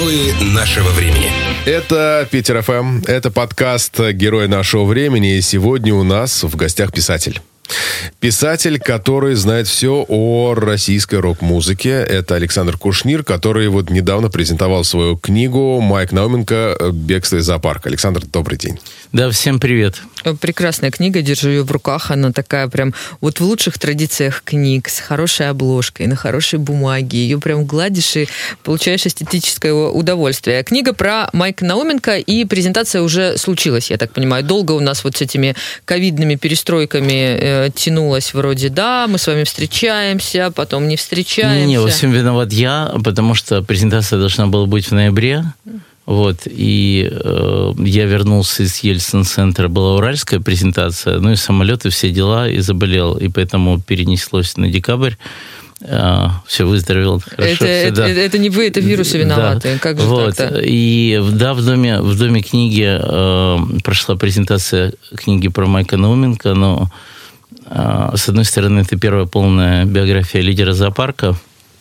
Герои нашего времени. Это Питер ФМ, это подкаст «Герои нашего времени», и сегодня у нас в гостях писатель. Писатель, который знает все о российской рок-музыке. Это Александр Кушнир, который вот недавно презентовал свою книгу «Майк Науменко. Бегство из зоопарка». Александр, добрый день. Да, всем привет. Прекрасная книга, держу ее в руках. Она такая прям вот в лучших традициях книг, с хорошей обложкой, на хорошей бумаге. Ее прям гладишь и получаешь эстетическое удовольствие. Книга про Майка Науменко, и презентация уже случилась, я так понимаю. Долго у нас вот с этими ковидными перестройками тянулось вроде, да, мы с вами встречаемся, потом не встречаемся. Не, во всем виноват я, потому что презентация должна была быть в ноябре. Вот, и я вернулся из Ельцин-центра, была уральская презентация, ну и самолеты, все дела, и заболел, и поэтому перенеслось на декабрь. Все, выздоровел. Хорошо, это не вы, это вирусы виноваты. Да. Как же вот. так-то? И да, в доме книги прошла презентация книги про Майка Науменко, но с одной стороны, это первая полная биография лидера зоопарка,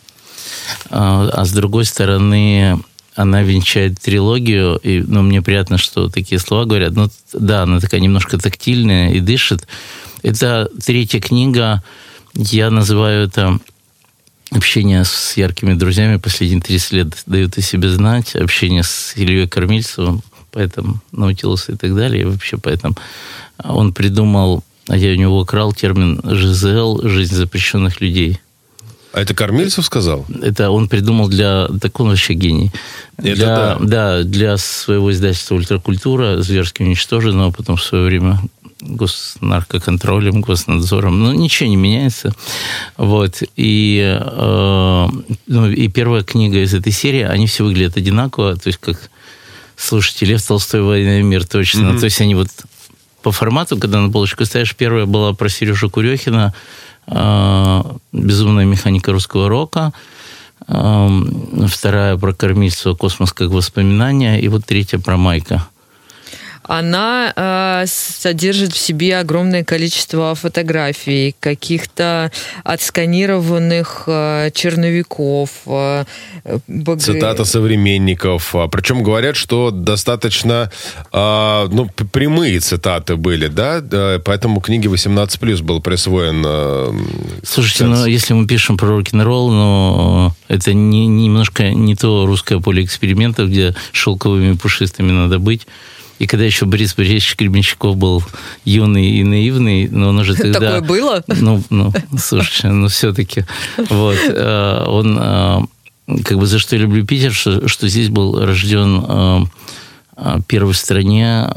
а с другой стороны, она венчает трилогию, и мне приятно, что такие слова говорят. Ну, да, она такая немножко тактильная и дышит. Это третья книга, я называю это общение с яркими друзьями последние 30 лет дают о себе знать, общение с Ильей Кормильцевым, поэтом Наутилус и так далее, и вообще поэтому он придумал, а я у него украл термин «ЖЗЛ» – «Жизнь запрещенных людей». А это Кормильцев сказал? Это он придумал так он вообще гений. Для своего издательства «Ультракультура», зверски уничтоженного, потом в свое время госнаркоконтролем, госнадзором. Ничего не меняется. Вот. И первая книга из этой серии, они все выглядят одинаково, то есть как, слушайте, Лев Толстой «Война и мир», точно. Mm-hmm. То есть они вот по формату, когда на полочку ставишь, первая была про Сережу Курехина, «Безумная механика русского рока», вторая про Кормильцева «Космос как воспоминание», и вот третья про Майка. Она содержит в себе огромное количество фотографий, каких-то отсканированных черновиков. Цитата современников. Причем говорят, что достаточно прямые цитаты были, да? Поэтому книге 18+ был присвоен... Слушайте, если мы пишем про рок-н-ролл, это немножко не то русское поле экспериментов, где шелковыми пушистыми надо быть. И когда еще Борис Борисович Гребенщиков был юный и наивный, но он уже тогда... Такое было? Слушай, все-таки. Вот. Он, как бы за что я люблю Питер, что здесь был рожден первый в стране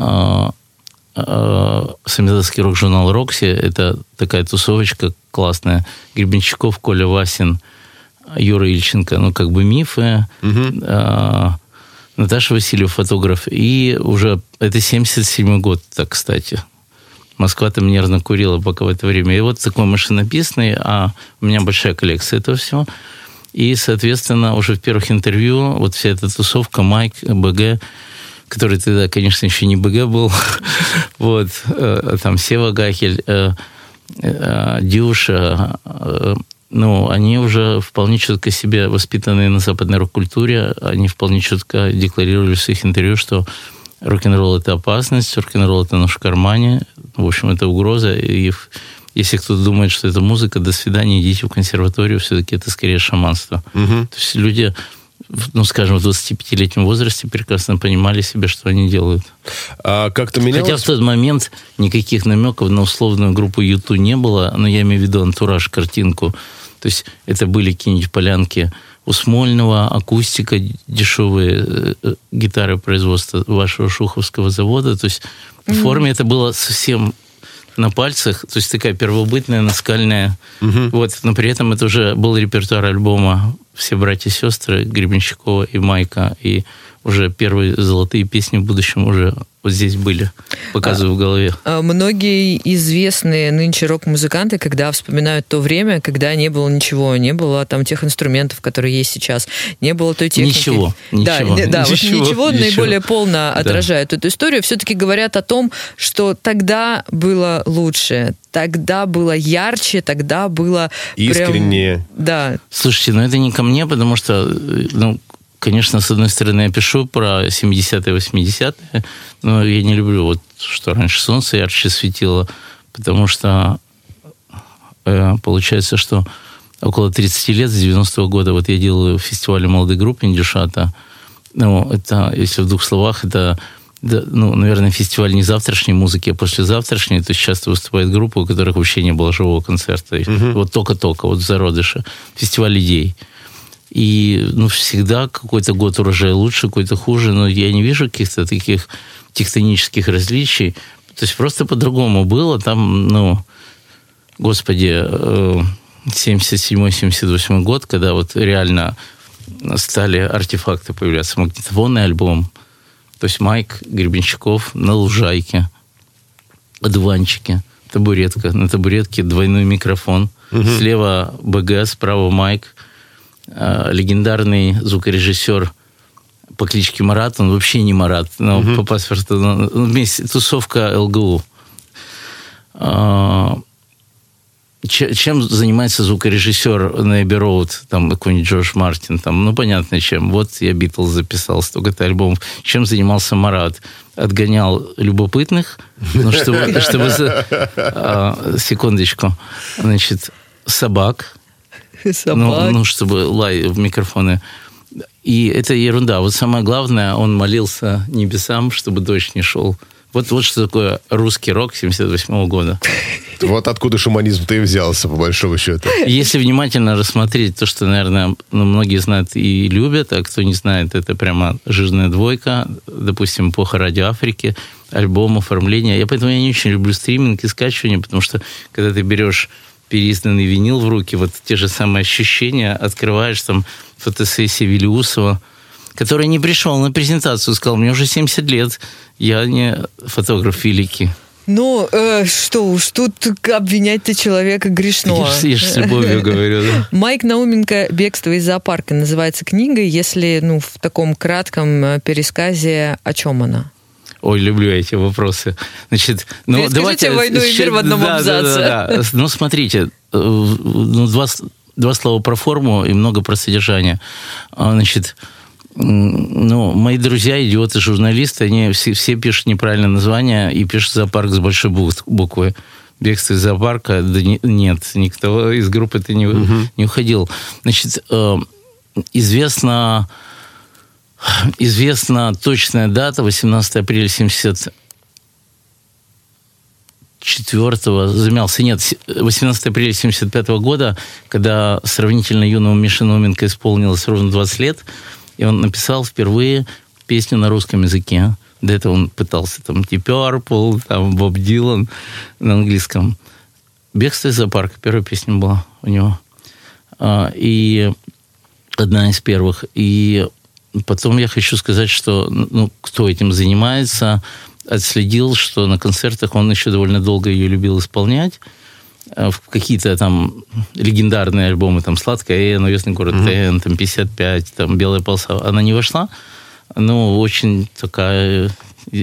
самизатский рок-журнал «Рокси». Это такая тусовочка классная. Гребенщиков, Коля Васин, Юра Ильченко, мифы. Угу. Наташа Васильева, фотограф. И уже это 77-й год, так, кстати. Москва там нервно курила пока в это время. И вот такой машинописный, а у меня большая коллекция этого всего. И, соответственно, уже в первых интервью вот вся эта тусовка, Майк, БГ, который тогда, конечно, еще не БГ был, вот, там Сева Гахель, Дюша, они уже вполне четко себе воспитанные на западной рок-культуре, они вполне четко декларировали в своих интервью, что рок-н-ролл – это опасность, рок-н-ролл – это нож в кармане, в общем, это угроза, и если кто-то думает, что это музыка, до свидания, идите в консерваторию, все-таки это скорее шаманство. Угу. То есть люди, скажем, в 25-летнем возрасте прекрасно понимали себе, что они делают. А как-то менялось? Хотя в тот момент никаких намеков на условную группу U2 не было, но я имею в виду антураж, картинку. То есть это были какие-нибудь полянки у Смольного, акустика, дешевые гитары производства вашего Шуховского завода. То есть по форме это было совсем на пальцах, то есть такая первобытная, наскальная. Вот, но при этом это уже был репертуар альбома «Все братья и сестры» Гребенщикова и Майка, и уже первые золотые песни в будущем уже вот здесь были, показываю в голове. Многие известные нынче рок-музыканты, когда вспоминают то время, когда не было ничего, не было там тех инструментов, которые есть сейчас, не было той техники. Ничего. Ничего наиболее полно отражает эту историю. Все-таки говорят о том, что тогда было лучше, тогда было ярче, тогда было искреннее. Прям, да. Слушайте, это не ко мне, потому что конечно, с одной стороны, я пишу про 70-е, 80-е, но я не люблю, вот, что раньше солнце ярче светило, потому что получается, что около 30 лет, с 90-го года, вот я делаю фестиваль молодых групп «Индюшата». Ну, это, если в двух словах, это, ну, наверное, фестиваль не завтрашней музыки, а послезавтрашней. То есть часто выступают группы, у которых вообще не было живого концерта. Вот только-только, вот в зародыше. Фестиваль идей. И, ну, всегда какой-то год урожая лучше, какой-то хуже, но я не вижу каких-то таких тектонических различий. То есть просто по-другому было. Там, ну, господи, 77-78 год, когда вот реально стали артефакты появляться. Магнитофонный альбом. То есть Майк Гребенщиков на лужайке, одуванчики, табуретка. На табуретке двойной микрофон. Слева БГ, справа Майк. Легендарный звукорежиссер по кличке Марат. Он вообще не Марат, но по паспорту. Вместе тусовка ЛГУ. Чем занимается звукорежиссер на Эбби Роуд, там какой-нибудь Джордж Мартин, там, ну, понятно, чем. Вот я Битлз записал столько-то альбомов. Чем занимался Марат? Отгонял любопытных, ну, чтобы секундочку, значит, собак, ну, чтобы лай в микрофоны. И это ерунда. Вот самое главное, он молился небесам, чтобы дождь не шел. Вот что такое русский рок 78-го года. Вот откуда шуманизм-то и взялся, по большому счету. Если внимательно рассмотреть то, что, наверное, многие знают и любят, а кто не знает, это прямо жирная двойка, допустим, эпоха Радио Африки, альбом, оформление. Поэтому я не очень люблю стриминг и скачивание, потому что, когда ты берешь переизданный винил в руки, вот те же самые ощущения, открываешь там фотосессии Вилиусова, который не пришел на презентацию, сказал, мне уже 70 лет, я не фотограф великий. Ну, что уж, тут обвинять-то человека грешно. Я же с любовью говорю, да. Майк Науменко «Бегство из зоопарка» называется книга, если, ну, в таком кратком пересказе, о чем она? Ой, люблю эти вопросы. Значит, ну, давайте... «Войну и мир» в одном абзаце. Да. Ну, смотрите, два слова про форму и много про содержание. Значит, ну, мои друзья, идиоты-журналисты, они все пишут неправильное название и пишут «зоопарк» с большой буквы. «Бегство из зоопарка», да нет, никто из группы-то не уходил. Значит, известна точная дата, 18 апреля 18 апреля 75 года, когда сравнительно юному Мише Науменко исполнилось ровно 20 лет, и он написал впервые песню на русском языке. До этого он пытался там Deep Purple, там Боб Дилан на английском. «Бегство из зоопарка» первая песня была у него. И одна из первых. И потом я хочу сказать, что, ну, кто этим занимается, отследил, что на концертах он еще довольно долго ее любил исполнять. В какие-то там легендарные альбомы, там «Сладкая Эн», «Уездный город Н», там «55», там «Белая полоса». Она не вошла, но очень такая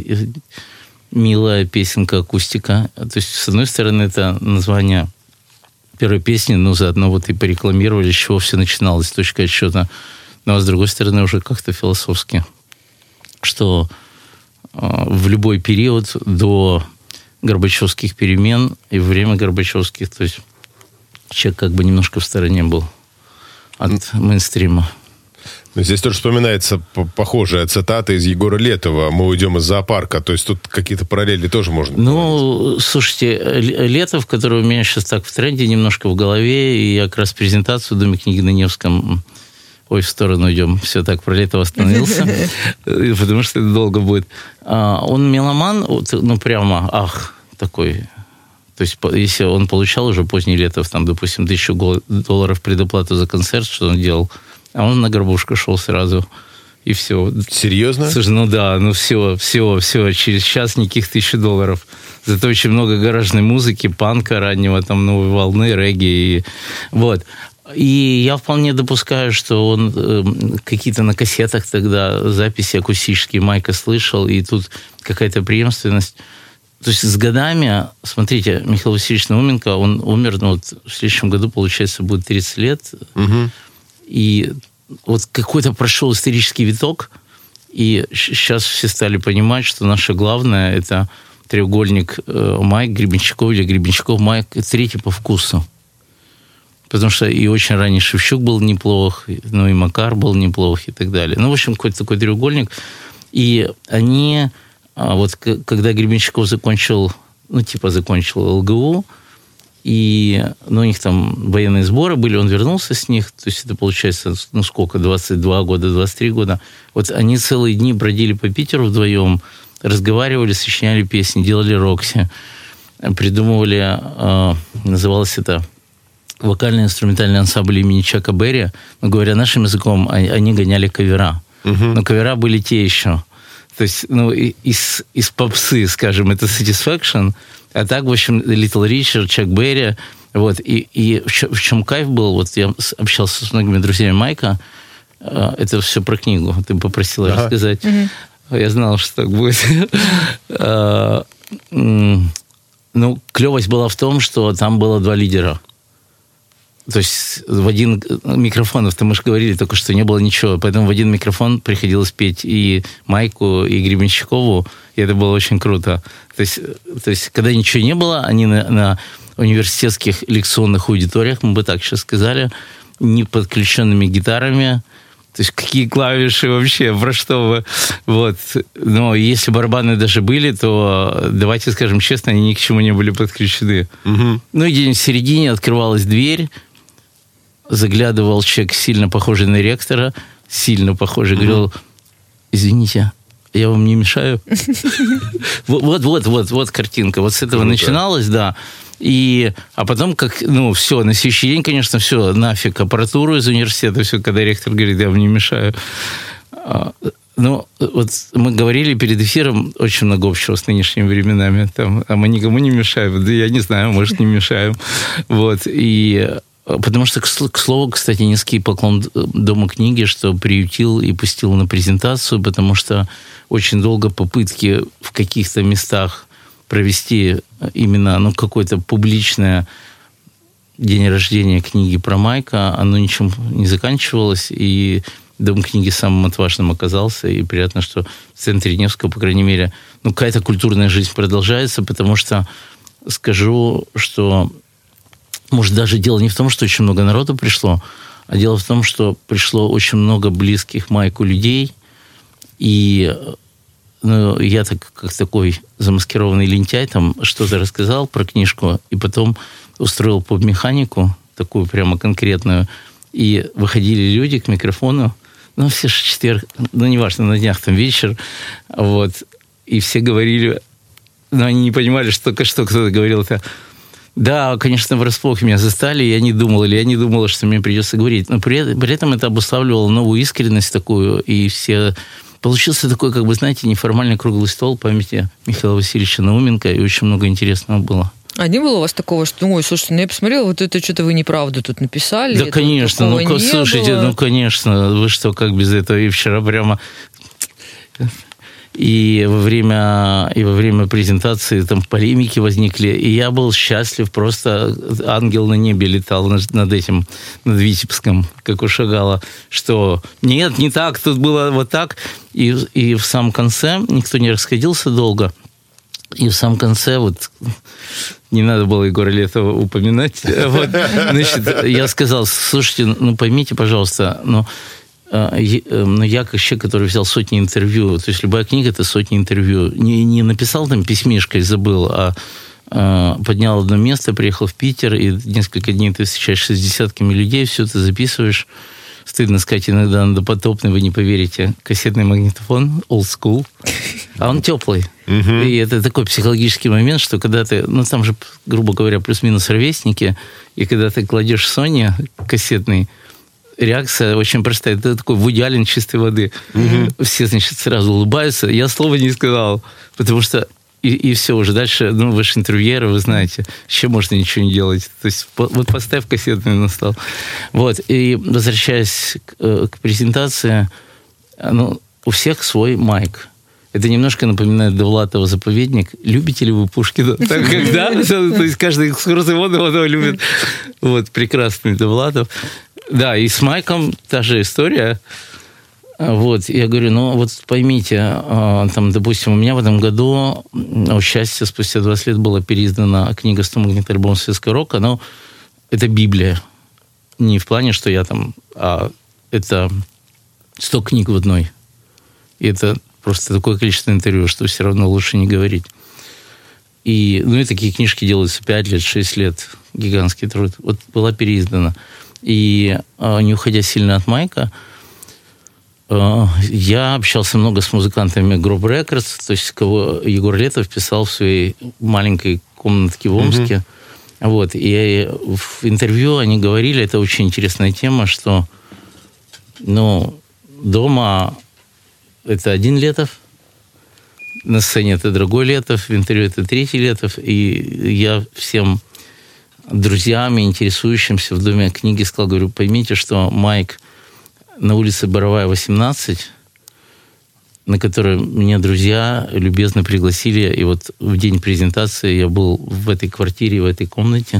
милая песенка, акустика. То есть, с одной стороны, это название первой песни, но заодно вот и порекламировали, с чего все начиналось, точка отсчета. Ну, а с другой стороны, уже как-то философски, что в любой период до горбачевских перемен и время горбачевских, то есть человек как бы немножко в стороне был от мейнстрима. Здесь тоже вспоминается похожая цитата из Егора Летова «Мы уйдем из зоопарка». То есть тут какие-то параллели тоже можно говорить. Слушайте, Летов, который у меня сейчас так в тренде немножко в голове, и я как раз презентацию в Доме книги на Невском, ой, в сторону идем, все так, про Летова остановился, потому что это долго будет. Он меломан, ну прямо, такой. То есть, если он получал уже поздний Летов, там, допустим, $1000 предоплату за концерт, что он делал, а он на горбушку шел сразу, и все. Серьезно? Слушай, ну да, ну все, через час никаких $1000. Зато очень много гаражной музыки, панка раннего, там, новой волны, регги, и вот. И я вполне допускаю, что он какие-то на кассетах тогда записи акустические Майка слышал, и тут какая-то преемственность. То есть с годами, смотрите, Михаил Васильевич Науменко, он умер, ну, вот в следующем году, получается, будет 30 лет, и вот какой-то прошел исторический виток, и сейчас все стали понимать, что наше главное – это треугольник Майк, Гребенщиков или Гребенщиков, Майк, третий по вкусу. Потому что и очень ранний Шевчук был неплох, ну и Макар был неплох и так далее. Ну, в общем, какой-то такой треугольник. И они, вот когда Гребенщиков закончил ЛГУ, и у них там военные сборы были, он вернулся с них, то есть это получается, 22 года, 23 года. Вот они целые дни бродили по Питеру вдвоем, разговаривали, сочиняли песни, делали рокси, придумывали, называлось это вокально-инструментальный ансамбль имени Чака Берри. Но, говоря нашим языком, они гоняли кавера. Но кавера были те еще. То есть, из попсы, скажем, это Satisfaction, а так, в общем, Little Richard, Чак Берри. Вот. И в чем кайф был, вот я общался с многими друзьями Майка, это все про книгу. Ты попросила рассказать. Я знал, что так будет. Клевость была в том, что там было 2 лидера. То есть в один микрофон, мы же говорили только что, не было ничего, поэтому в один микрофон приходилось петь и Майку, и Гребенщикову, и это было очень круто. То есть когда ничего не было, они на университетских лекционных аудиториях, мы бы так сейчас сказали, не подключенными гитарами, то есть какие клавиши вообще, про что вы? Вот. Но если барабаны даже были, то, давайте скажем честно, они ни к чему не были подключены. Угу. Ну и где-нибудь в середине открывалась дверь, заглядывал человек, сильно похожий на ректора, сильно похожий, говорил: извините, я вам не мешаю? Вот картинка. Вот с этого начиналось, да. А потом, все, на следующий день, конечно, все, нафиг аппаратуру из университета, все, когда ректор говорит: я вам не мешаю. Вот мы говорили перед эфиром очень много общего с нынешними временами, а мы никому не мешаем. Да я не знаю, может, не мешаем. Вот, потому что, к слову, кстати, низкий поклон Дому книги, что приютил и пустил на презентацию, потому что очень долго попытки в каких-то местах провести именно какое-то публичное день рождения книги про Майка, оно ничем не заканчивалось, и Дом книги самым отважным оказался, и приятно, что в центре Невского, по крайней мере, какая-то культурная жизнь продолжается, потому что скажу, что может, даже дело не в том, что очень много народу пришло, а дело в том, что пришло очень много близких Майку людей, и я как такой замаскированный лентяй там что-то рассказал про книжку, и потом устроил поп-механику, такую прямо конкретную, и выходили люди к микрофону, все же четверг, неважно, на днях там вечер, вот, и все говорили, они не понимали, что только что кто-то говорил это. Да, конечно, врасплох меня застали, я не думала, что мне придется говорить. Но при этом это обуславливало новую искренность такую, и все... Получился такой, знаете, неформальный круглый стол памяти Михаила Васильевича Науменко, и очень много интересного было. А не было у вас такого, что, слушайте, я посмотрела, вот это что-то вы неправду тут написали? Да, конечно, слушайте, конечно, вы что, как без этого? И вчера прямо... И во время презентации там полемики возникли, и я был счастлив, просто ангел на небе летал над Витебском, как у Шагала, что нет, не так, тут было вот так. И в самом конце, никто не расходился долго, и в самом конце, не надо было Егора Летова упоминать, значит, я сказал: слушайте, поймите, пожалуйста, я как человек, который взял сотни интервью, то есть любая книга – это сотни интервью, не написал там письмишко и забыл, а поднял одно место, приехал в Питер, и несколько дней ты встречаешься с десятками людей, все это записываешь. Стыдно сказать, иногда на допотопный, вы не поверите, кассетный магнитофон, old school, а он теплый. И это такой психологический момент, что когда ты, там же, грубо говоря, плюс-минус ровесники, и когда ты кладешь Sony кассетный, реакция очень простая. Это такой Вуди Аллен чистой воды. Все, значит, сразу улыбаются. Я слова не сказал, потому что и все, уже дальше, вы же интервьюеры, вы знаете, еще можно ничего не делать. То есть вот поставь кассетный настал. Вот, и возвращаясь к презентации, у всех свой майк. Это немножко напоминает Довлатова «Заповедник». Любите ли вы Пушкина? Так как, да? То есть каждый экскурсовод его любит. Вот, прекрасный Довлатов. Да, и с Майком та же история. Вот, я говорю, ну вот поймите, там, допустим, у меня в этом году, о счастье, спустя 20 лет была переиздана книга «100 магнитоальбомов советского рока», но это Библия. Не в плане, что я там, а это 100 книг в одной. И это просто такое количество интервью, что все равно лучше не говорить. И, ну, и такие книжки делаются 5 лет, 6 лет. Гигантский труд. Вот была переиздана. И не уходя сильно от Майка, я общался много с музыкантами Group Records, то есть кого Егор Летов писал в своей маленькой комнатке в Омске. Вот. И в интервью они говорили, это очень интересная тема, что ну, дома это один Летов, на сцене это другой Летов, в интервью это третий Летов. И я всем друзьям, интересующимся в Доме книги сказал, говорю, поймите, что Майк на улице Боровая, 18, на которой меня друзья любезно пригласили, и вот в день презентации я был в этой квартире, в этой комнате.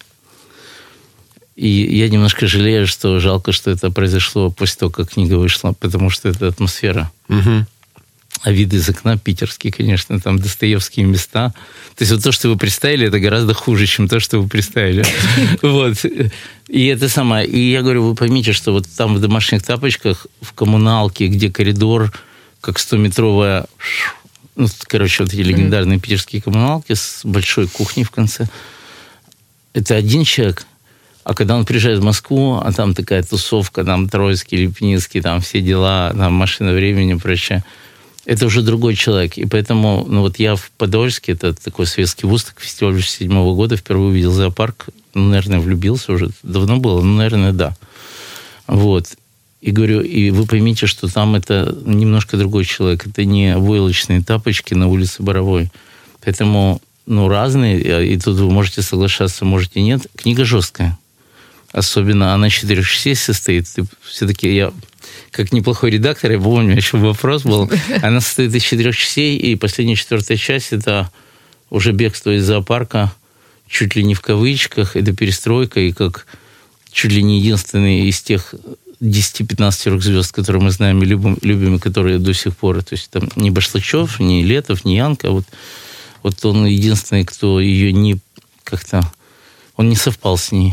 И я немножко жалею, что жалко, что это произошло после того, как книга вышла, потому что это атмосфера. Угу. А виды из окна питерские, конечно, там Достоевские места. То есть вот то, что вы представили, это гораздо хуже, чем то, что вы представили. Вот. И это самое. И я говорю, вы поймите, что вот там в домашних тапочках, в коммуналке, где коридор, как 100-метровая... Ну, короче, вот эти легендарные питерские коммуналки с большой кухней в конце. Это один человек. А когда он приезжает в Москву, а там такая тусовка, там Троицкий, Лепницкий, там все дела, там машина времени и прочее, это уже другой человек. И поэтому, ну вот я в Подольске, это такой советский вуз, фестиваль 1967 года, впервые увидел зоопарк. Ну, наверное, влюбился уже. Давно было, ну, наверное, да. Вот. И говорю, и вы поймите, что там это немножко другой человек. Это не войлочные тапочки на улице Боровой. Поэтому, ну, разные. И тут вы можете соглашаться, можете нет. Книга жесткая. Особенно она 4 частей состоит. Все-таки я... Как неплохой редактор, я помню, еще вопрос был. Она состоит из 4 частей, и последняя 4-я часть – это уже бегство из зоопарка, чуть ли не в кавычках, это перестройка, и как чуть ли не единственный из тех 10-15 рок-звезд, которые мы знаем и любим, и которые до сих пор, то есть там не Башлачев, не Летов, не Янка, вот он единственный, кто ее не как-то, он не совпал с ней.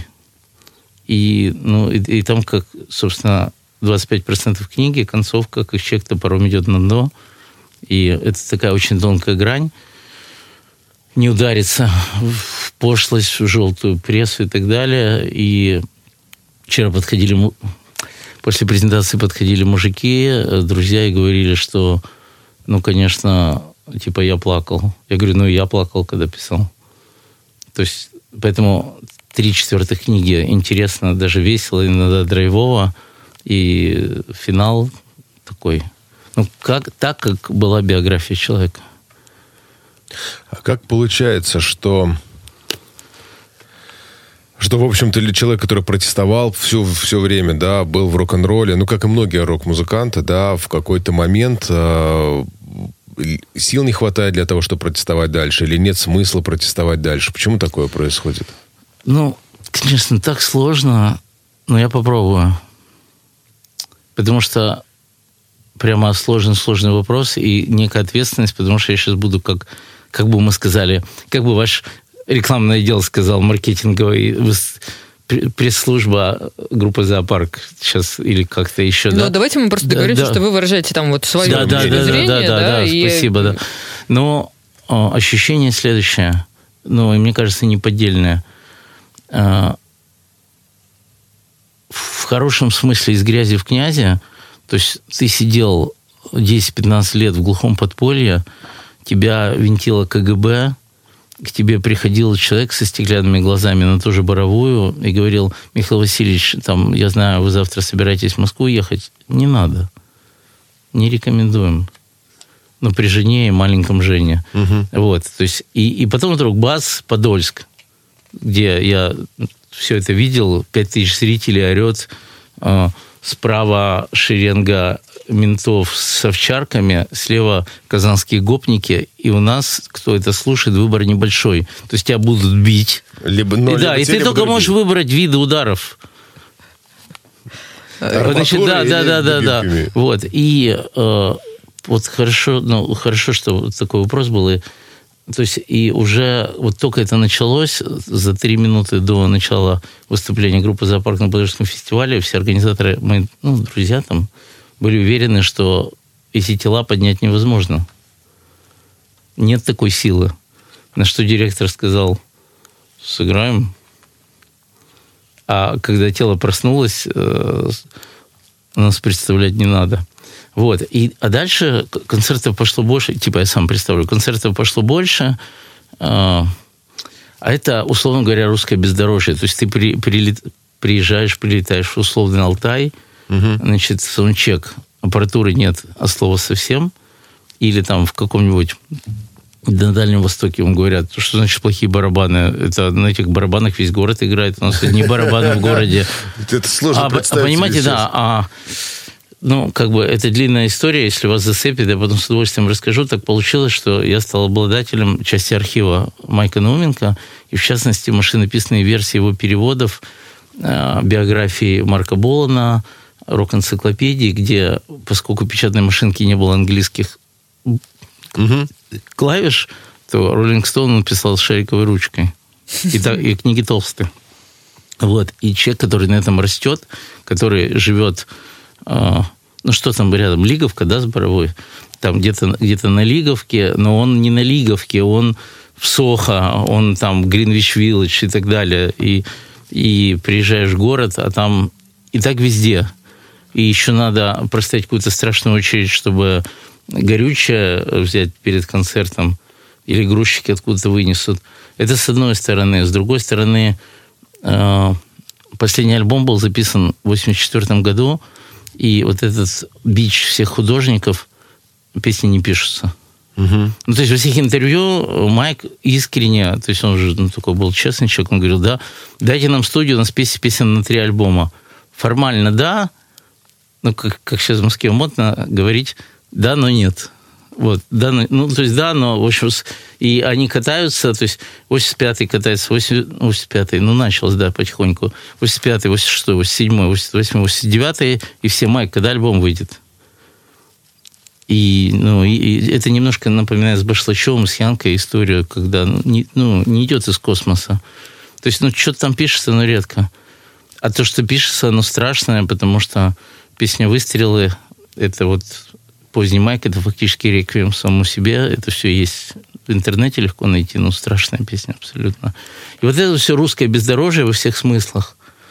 И, ну, и там, как, собственно, 25% книги, концовка, как человек топором идет на дно. И это такая очень тонкая грань. Не удариться в пошлость, в желтую прессу и так далее. И вчера после презентации подходили мужики, друзья, и говорили, что, ну, конечно, типа я плакал. Я говорю, ну, я плакал, когда писал. То есть, поэтому 3/4 книги интересно, даже весело, иногда драйвово. И финал такой, ну, так, как была биография человека. А как получается, что в общем-то, человек, который протестовал все время, да, был в рок-н-ролле, ну, как и многие рок-музыканты, да, в какой-то момент сил не хватает для того, чтобы протестовать дальше, или нет смысла протестовать дальше? Почему такое происходит? Ну, конечно, так сложно, но я попробую. Потому что прямо сложный вопрос и некая ответственность, потому что я сейчас буду, как бы мы сказали, как бы ваш рекламный отдел сказал, маркетинговый, пресс-служба группы «Зоопарк» сейчас или как-то еще, да? Ну, давайте мы просто договоримся, что вы выражаете там вот свое зрение. Да, и... спасибо, да. Но ощущение следующее, ну, и мне кажется, неподдельное. В хорошем смысле из грязи в князи, то есть ты сидел 10-15 лет в глухом подполье, тебя винтило КГБ, к тебе приходил человек со стеклянными глазами на ту же Боровую и говорил, Михаил Васильевич, там, я знаю, вы завтра собираетесь в Москву ехать. Не надо. Не рекомендуем. Но при жене и маленьком Жене. Угу. Вот, то есть, и потом вдруг бац, Подольск, где я все это видел, 5000 зрителей орет, справа шеренга ментов с овчарками, слева казанские гопники, и у нас, кто это слушает, выбор небольшой. То есть тебя будут бить. И ты только можешь выбрать виды ударов. Значит, да. Вот. И вот хорошо, что вот такой вопрос был. И, то есть, и уже вот только это началось, за 3 минуты до начала выступления группы «Зоопарк» на Подольском фестивале, все организаторы, мои друзья там, были уверены, что эти тела поднять невозможно. Нет такой силы. На что директор сказал: сыграем. А когда тело проснулось, нас представлять не надо. Вот. А дальше концертов пошло больше. Типа я сам представлю. Концертов пошло больше. А это, условно говоря, русское бездорожье. То есть ты прилетаешь в условный Алтай, значит, саундчек. Аппаратуры нет, а слова совсем. Или там в каком-нибудь... На Дальнем Востоке вам говорят, что значит плохие барабаны. Это на этих барабанах весь город играет. У нас одни барабаны в городе. Это сложно представить. Понимаете, да. Это длинная история. Если вас зацепит, я потом с удовольствием расскажу. Так получилось, что я стал обладателем части архива Майка Науменко, и в частности машинописные версии его переводов, биографии Марка Болана, рок-энциклопедии, где, поскольку печатной машинки не было английских клавиш, то Роллинг Стоун написал с шариковой ручкой. И книги толстые. Вот. И человек, который на этом растет, который живет, что там рядом, Лиговка, да, с Боровой? Там где-то на Лиговке, но он не на Лиговке, он в Сохо, он там Гринвич-Виллидж и так далее. И приезжаешь в город, а там и так везде. И еще надо простоять какую-то страшную очередь, чтобы горючее взять перед концертом, или грузчики откуда-то вынесут. Это с одной стороны. С другой стороны, последний альбом был записан в 1984 году, и вот этот бич всех художников, песни не пишутся. То есть во всех интервью Майк искренне, то есть он же такой был честный человек, он говорил: да, дайте нам студию, у нас песен на 3 альбома. Формально да, как сейчас в Москве модно говорить, да, но нет. Вот, да, то есть да, но, в общем, и они катаются, то есть 85-й катается, 85-й, началось, да, потихоньку, 85-й, 86-й, 87-й, 88-й, 89-й, и все, Майк, когда альбом выйдет? И это немножко напоминает с Башлачевым, с Янкой историю, когда, не идет из космоса. То есть, что-то там пишется, но редко. А то, что пишется, оно страшное, потому что песня «Выстрелы» — это вот поздний Майк, это фактически реквием самому себе. Это все есть в интернете, легко найти, страшная песня абсолютно. И вот это все русское бездорожье во всех смыслах.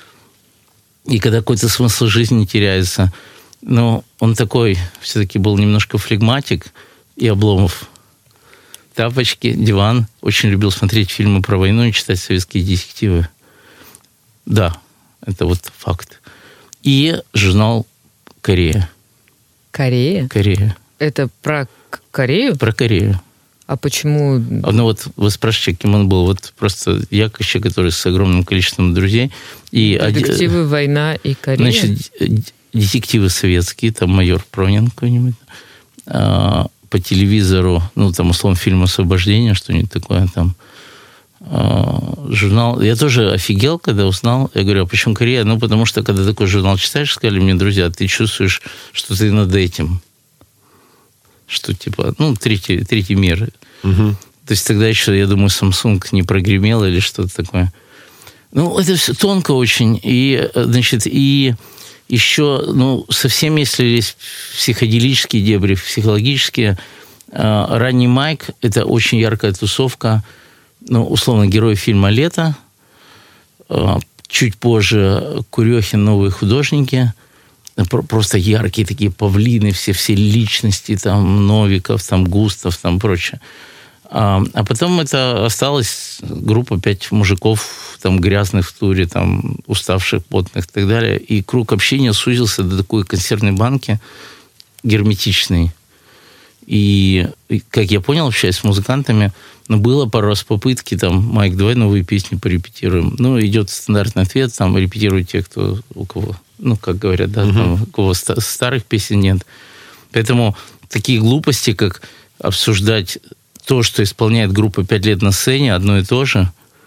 И когда какой-то смысл жизни теряется. Он такой, все-таки был немножко флегматик, и Обломов. Тапочки, диван. Очень любил смотреть фильмы про войну и читать советские детективы. Да, это вот факт. И журнал «Корея». Корея? Корея. Это про Корею? Про Корею. А почему? Вы спрашиваете, кем он был. Вот просто я, человек, который с огромным количеством друзей. И детективы, война и Корея? Значит, детективы советские, там майор Пронин какой-нибудь. По телевизору, там, условно, фильм «Освобождение», что-нибудь такое там. Журнал. Я тоже офигел, когда узнал. Я говорю: а почему Корея? Потому что, когда такой журнал читаешь, сказали мне друзья, ты чувствуешь, что ты над этим. Что, типа, третий мир. То есть тогда еще, я думаю, Samsung не прогремел или что-то такое. Это все тонко очень. И, значит, и еще, совсем, если есть психоделические дебри, психологические, ранний Майк – это очень яркая тусовка. Условно, герой фильма «Лето». Чуть позже Курехин, «Новые художники». Просто яркие такие павлины, все личности, там, Новиков, там, Густав, там, прочее. А потом это осталась группа 5 мужиков, там, грязных в туре, там, уставших, потных и так далее. И круг общения сузился до такой консервной банки герметичной. И, как я понял, общаясь с музыкантами, было пару раз попытки, там, Майк, давай новые песни порепетируем. Идет стандартный ответ, там, репетируют те, у кого, как говорят, да, там, у кого старых песен нет. Поэтому такие глупости, как обсуждать то, что исполняет группа 5 лет на сцене, одно и то же,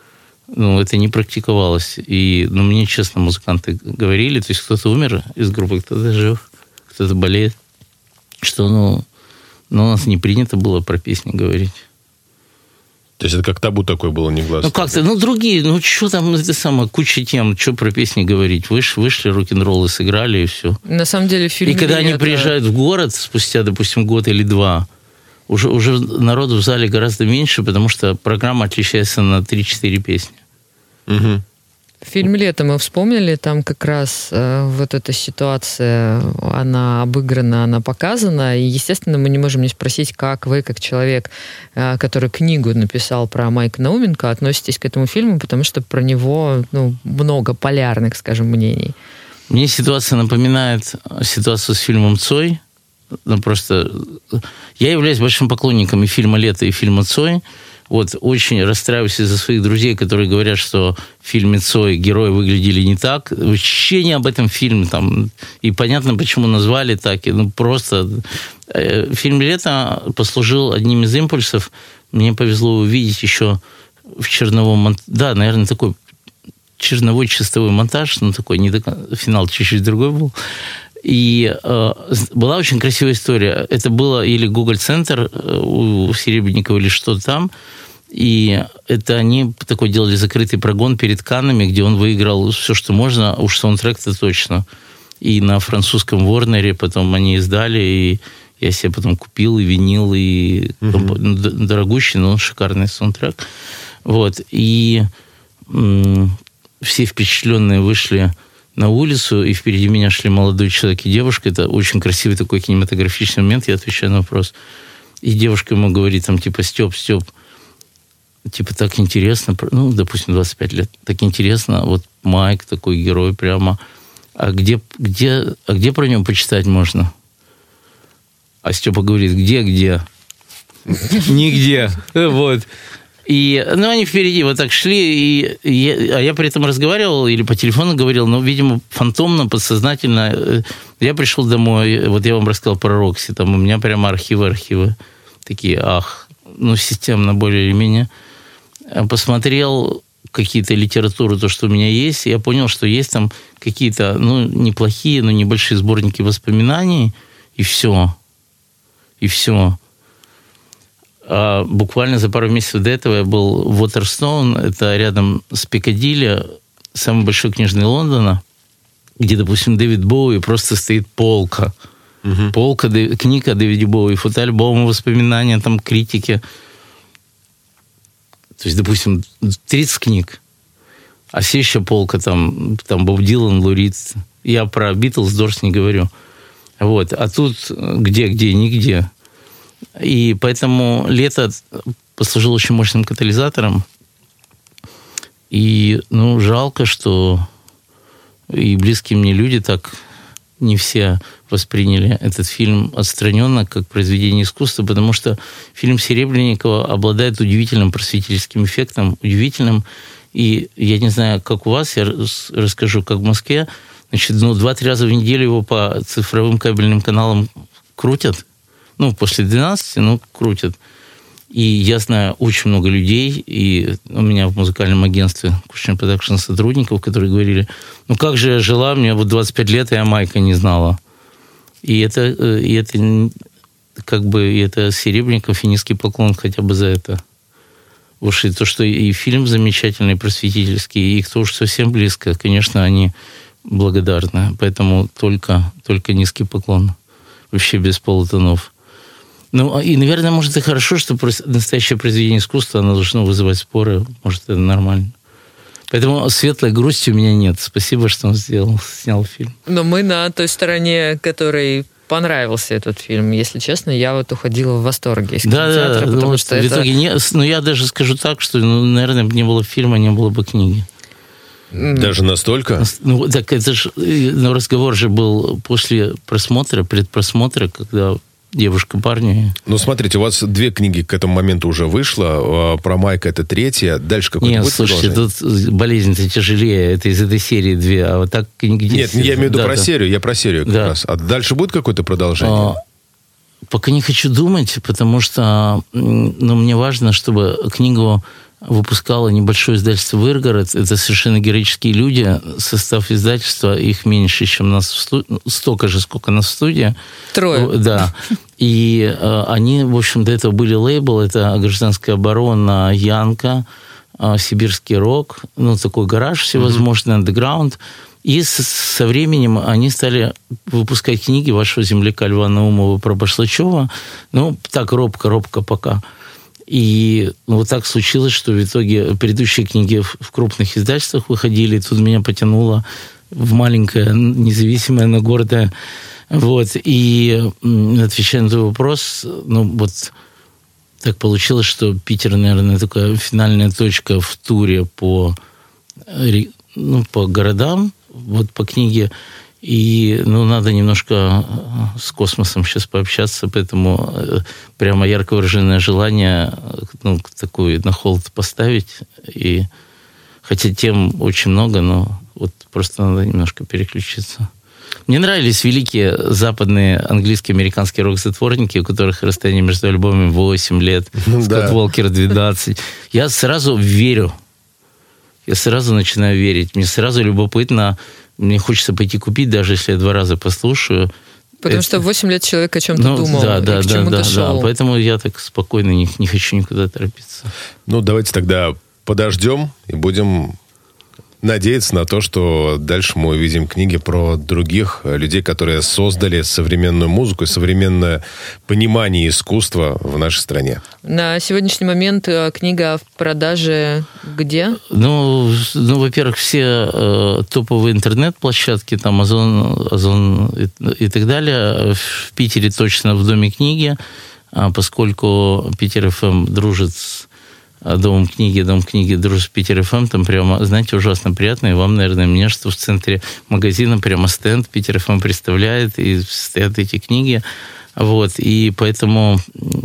это не практиковалось. И, мне, честно, музыканты говорили, то есть кто-то умер из группы, кто-то жив, кто-то болеет, что, у нас не принято было про песни говорить. То есть это как табу такое было, негласно? Как-то, другие, что там, это самое, куча тем, что про песни говорить. Вышли, рок-н-роллы сыграли, и все. На самом деле фильм... И когда они приезжают в город спустя, допустим, год или два, уже народу в зале гораздо меньше, потому что программа отличается на 3-4 песни. Угу. Фильм «Лето» мы вспомнили, там как раз вот эта ситуация, она обыграна, она показана, и, естественно, мы не можем не спросить, как вы, как человек, который книгу написал про Майка Науменко, относитесь к этому фильму, потому что про него, много полярных, скажем, мнений. Мне ситуация напоминает ситуацию с фильмом «Цой». Просто я являюсь большим поклонником и фильма «Лето», и фильма «Цой». Очень расстраиваюсь из-за своих друзей, которые говорят, что в фильме «Цой» герои выглядели не так. Вообще не об этом фильме. И понятно, почему назвали так. Просто фильм «Лето» послужил одним из импульсов. Мне повезло увидеть еще в черновом... Да, наверное, такой черновой чистовой монтаж, такой, не до... финал чуть-чуть другой был. И была очень красивая история. Это было или Google-центр у Серебренникова, или что-то там. И это они такой делали закрытый прогон перед Каннами, где он выиграл все, что можно, уж саундтрек-то точно. И на французском Ворнере потом они издали, и я себе потом купил и винил, и дорогущий, но шикарный саундтрек. И все впечатленные вышли на улицу, и впереди меня шли молодой человек и девушка. Это очень красивый такой кинематографичный момент. Я отвечаю на вопрос. И девушка ему говорит, Степ, так интересно, допустим, 25 лет, так интересно, Майк такой герой прямо. А где про него почитать можно? А Степа говорит, где? Нигде. И, они впереди так шли, а я при этом разговаривал или по телефону говорил, видимо, фантомно, подсознательно. Я пришел домой, я вам рассказал про Рокси, там у меня прямо архивы. Такие, системно более или менее. Посмотрел какие-то литературу, то, что у меня есть, и я понял, что есть там какие-то, неплохие, но небольшие сборники воспоминаний, и все. А буквально за пару месяцев до этого я был в Уотерстоун, это рядом с Пикадилли, самый большой книжный Лондона, где, допустим, Дэвид Боуи, просто стоит полка. Угу. Полка, книга Дэвида Боуи, фотоальбомы, воспоминания, критики. То есть, допустим, 30 книг. А следующая полка, там Боб Дилан, Лу Рид. Я про Битлз, Дорс не говорю. А тут где, нигде. И поэтому «Лето» послужило очень мощным катализатором. И, жалко, что и близкие мне люди так не все восприняли этот фильм отстраненно, как произведение искусства, потому что фильм Серебренникова обладает удивительным просветительским эффектом, удивительным. И я не знаю, как у вас, я расскажу, как в Москве. 2-3 раза в неделю его по цифровым кабельным каналам крутят. После 12, крутят. И я знаю очень много людей, и у меня в музыкальном агентстве Кушнер Продакшн сотрудников, которые говорили, как же я жила, мне 25 лет, и я Майка не знала. И это Серебренников, и низкий поклон хотя бы за это. И то, что и фильм замечательный, просветительский, и кто уж совсем близко, конечно, они благодарны. Поэтому только низкий поклон. Вообще без полутонов. И, наверное, может, и хорошо, что настоящее произведение искусства, оно должно вызывать споры. Может, это нормально. Поэтому светлой грусти у меня нет. Спасибо, что он снял фильм. Но мы на той стороне, которой понравился этот фильм. Если честно, я уходила в восторге из кинотеатра, потому что в итоге я даже скажу так, что, наверное, не было фильма, не было бы книги. Даже настолько? Так это же... разговор же был после просмотра, предпросмотра, когда... Девушка, парни. Смотрите, у вас 2 книги к этому моменту уже вышло. Про Майка это 3. Дальше какой-то будет слушайте, тут болезнь-то тяжелее. Это из этой серии 2. А так книги 10. Нет, я имею в виду про серию. Я про серию как раз. А дальше будет какое-то продолжение? Пока не хочу думать, потому что мне важно, чтобы книгу выпускало небольшое издательство «Выргород». Это совершенно героические люди. Состав издательства, их меньше, чем нас в студии. Столько же, сколько нас в студии. 3. Да. И они, в общем, до этого были лейбл. Это «Гражданская оборона», «Янка», «Сибирский рок». Ну, такой гараж всевозможный, андеграунд. И со временем они стали выпускать книги вашего земляка Льва Наумова про Башлачева. Ну, так робко пока. И вот так случилось, что в итоге предыдущие книги в крупных издательствах выходили, и тут меня потянуло в маленькое, независимое, но гордое. Вот. И отвечая на твой вопрос, ну вот так получилось, что Питер, наверное, такая финальная точка в туре по городам, вот по книге. И, надо немножко с космосом сейчас пообщаться, поэтому прямо ярко выраженное желание, такую на холд поставить. И, хотя тем очень много, но вот просто надо немножко переключиться. Мне нравились великие западные английские, американские рок-затворники, у которых расстояние между альбомами 8 лет, Скотт Уолкер 12. Я сразу верю. Я сразу начинаю верить. Мне сразу любопытно. Мне хочется пойти купить, даже если я 2 раза послушаю. Потому что 8 лет человек о чем-то думал, к чему-то шел. Да. Поэтому я так спокойно не хочу никуда торопиться. Давайте тогда подождем и будем надеяться на то, что дальше мы увидим книги про других людей, которые создали современную музыку и современное понимание искусства в нашей стране. На сегодняшний момент книга в продаже где? Во-первых, все топовые интернет-площадки, там Озон и так далее. В Питере точно в Доме книги, поскольку Питер ФМ дружит с Дом книги дружит с Питер ФМ, там прямо, знаете, ужасно приятно, и вам, наверное, мне, что в центре магазина прямо стенд Питер ФМ представляет, и стоят эти книги, вот, и поэтому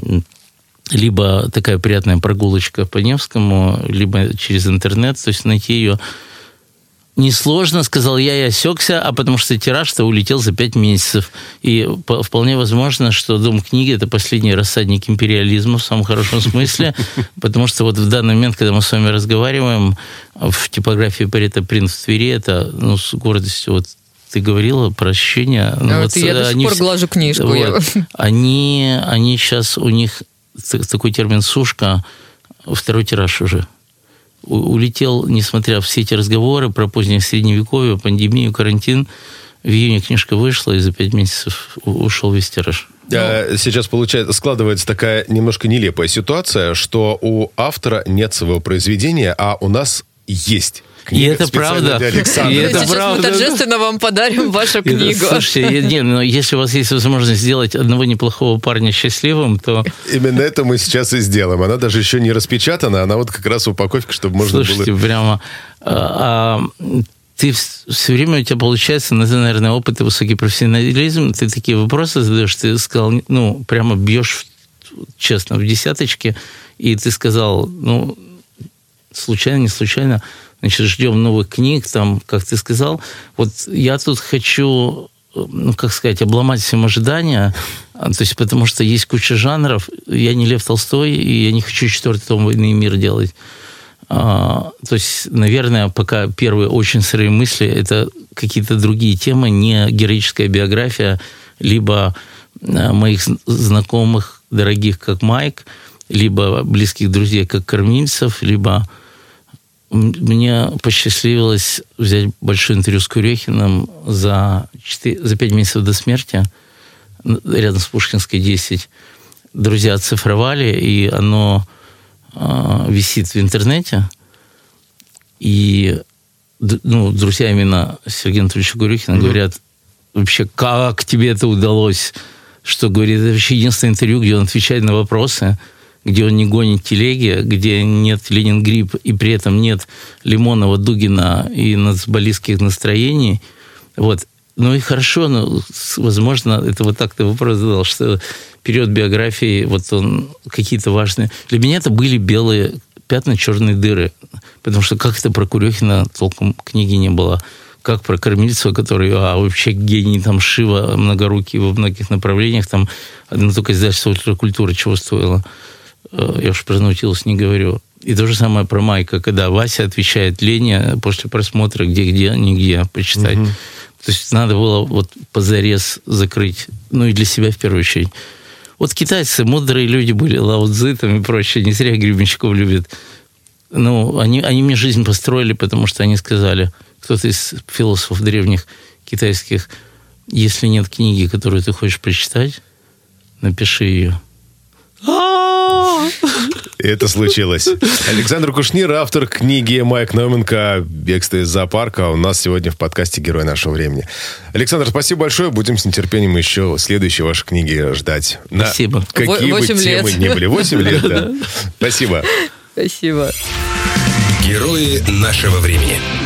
либо такая приятная прогулочка по Невскому, либо через интернет, то есть найти ее несложно, сказал я и осекся, а потому что тираж-то улетел за 5 месяцев. И вполне возможно, что Дом книги – это последний рассадник империализма в самом хорошем смысле, потому что вот в данный момент, когда мы с вами разговариваем, в типографии Парето Принт в Твери, это, с гордостью, вот ты говорила про ощущения. Я до сих пор глажу книжку. Они сейчас, у них такой термин «сушка», 2-й тираж уже. Улетел, несмотря все эти разговоры про позднее средневековье, пандемию, карантин. В июне книжка вышла, и за 5 месяцев ушел весь тираж. Сейчас складывается такая немножко нелепая ситуация, что у автора нет своего произведения, а у нас есть книга. И это правда. Сейчас мы торжественно вам подарим вашу книгу. Слушайте, но если у вас есть возможность сделать одного неплохого парня счастливым, то... Именно это мы сейчас и сделаем. Она даже еще не распечатана, она вот как раз в упаковке, чтобы можно было... Слушайте, прямо... Ты все время, у тебя получается, наверное, опыт и высокий профессионализм, ты такие вопросы задаешь, ты сказал, прямо бьешь, честно, в десяточки, и ты сказал, случайно, не случайно, значит, ждем новых книг, там, как ты сказал. Вот я тут хочу, обломать всем ожидания, то есть потому что есть куча жанров. Я не Лев Толстой, и я не хочу 4-й том «Войны и мир» делать. То есть, наверное, пока первые очень сырые мысли – это какие-то другие темы, не героическая биография, либо моих знакомых, дорогих, как Майк, либо близких друзей, как Кормильцев, либо мне посчастливилось взять большое интервью с Курехиным за 5 месяцев до смерти, рядом с Пушкинской 10. Друзья оцифровали, и оно висит в интернете. И друзья именно Сергея Анатольевича Курехина говорят, вообще, как тебе это удалось? Что, говорит, это вообще единственное интервью, где он отвечает на вопросы, где он не гонит телеги, где нет Ленингрипп, и при этом нет Лимонова, Дугина и нацболистских настроений. Вот. И хорошо, возможно, это вот так ты вопрос задал, что период биографии, вот он какие-то важные... Для меня это были белые пятна, черные дыры. Потому что как это про Курехина толком книги не было. Как про Кормильцева, который вообще гений, там, Шива, многорукий во многих направлениях. Там одно только издательство «Ультракультура» чего стоило. Я уж про Наутилус не говорю. И то же самое про Майка, когда Вася отвечает Лене после просмотра «Где, нигде» почитать. То есть надо было вот позарез закрыть, ну и для себя в первую очередь. Вот китайцы, мудрые люди были, Лао Цзы там и прочее, не зря Гребенщиков любят. Ну, они мне жизнь построили, потому что они сказали, кто-то из философов древних китайских, если нет книги, которую ты хочешь прочитать, напиши ее. И это случилось. Александр Кушнир, автор книги Майк Науменко «Бегство из зоопарка», у нас сегодня в подкасте «Герой нашего времени». Александр, спасибо большое. Будем с нетерпением еще следующие ваши книги ждать. Спасибо. Какие бы темы ни были. 8 лет, да. Спасибо. Спасибо. Герои нашего времени.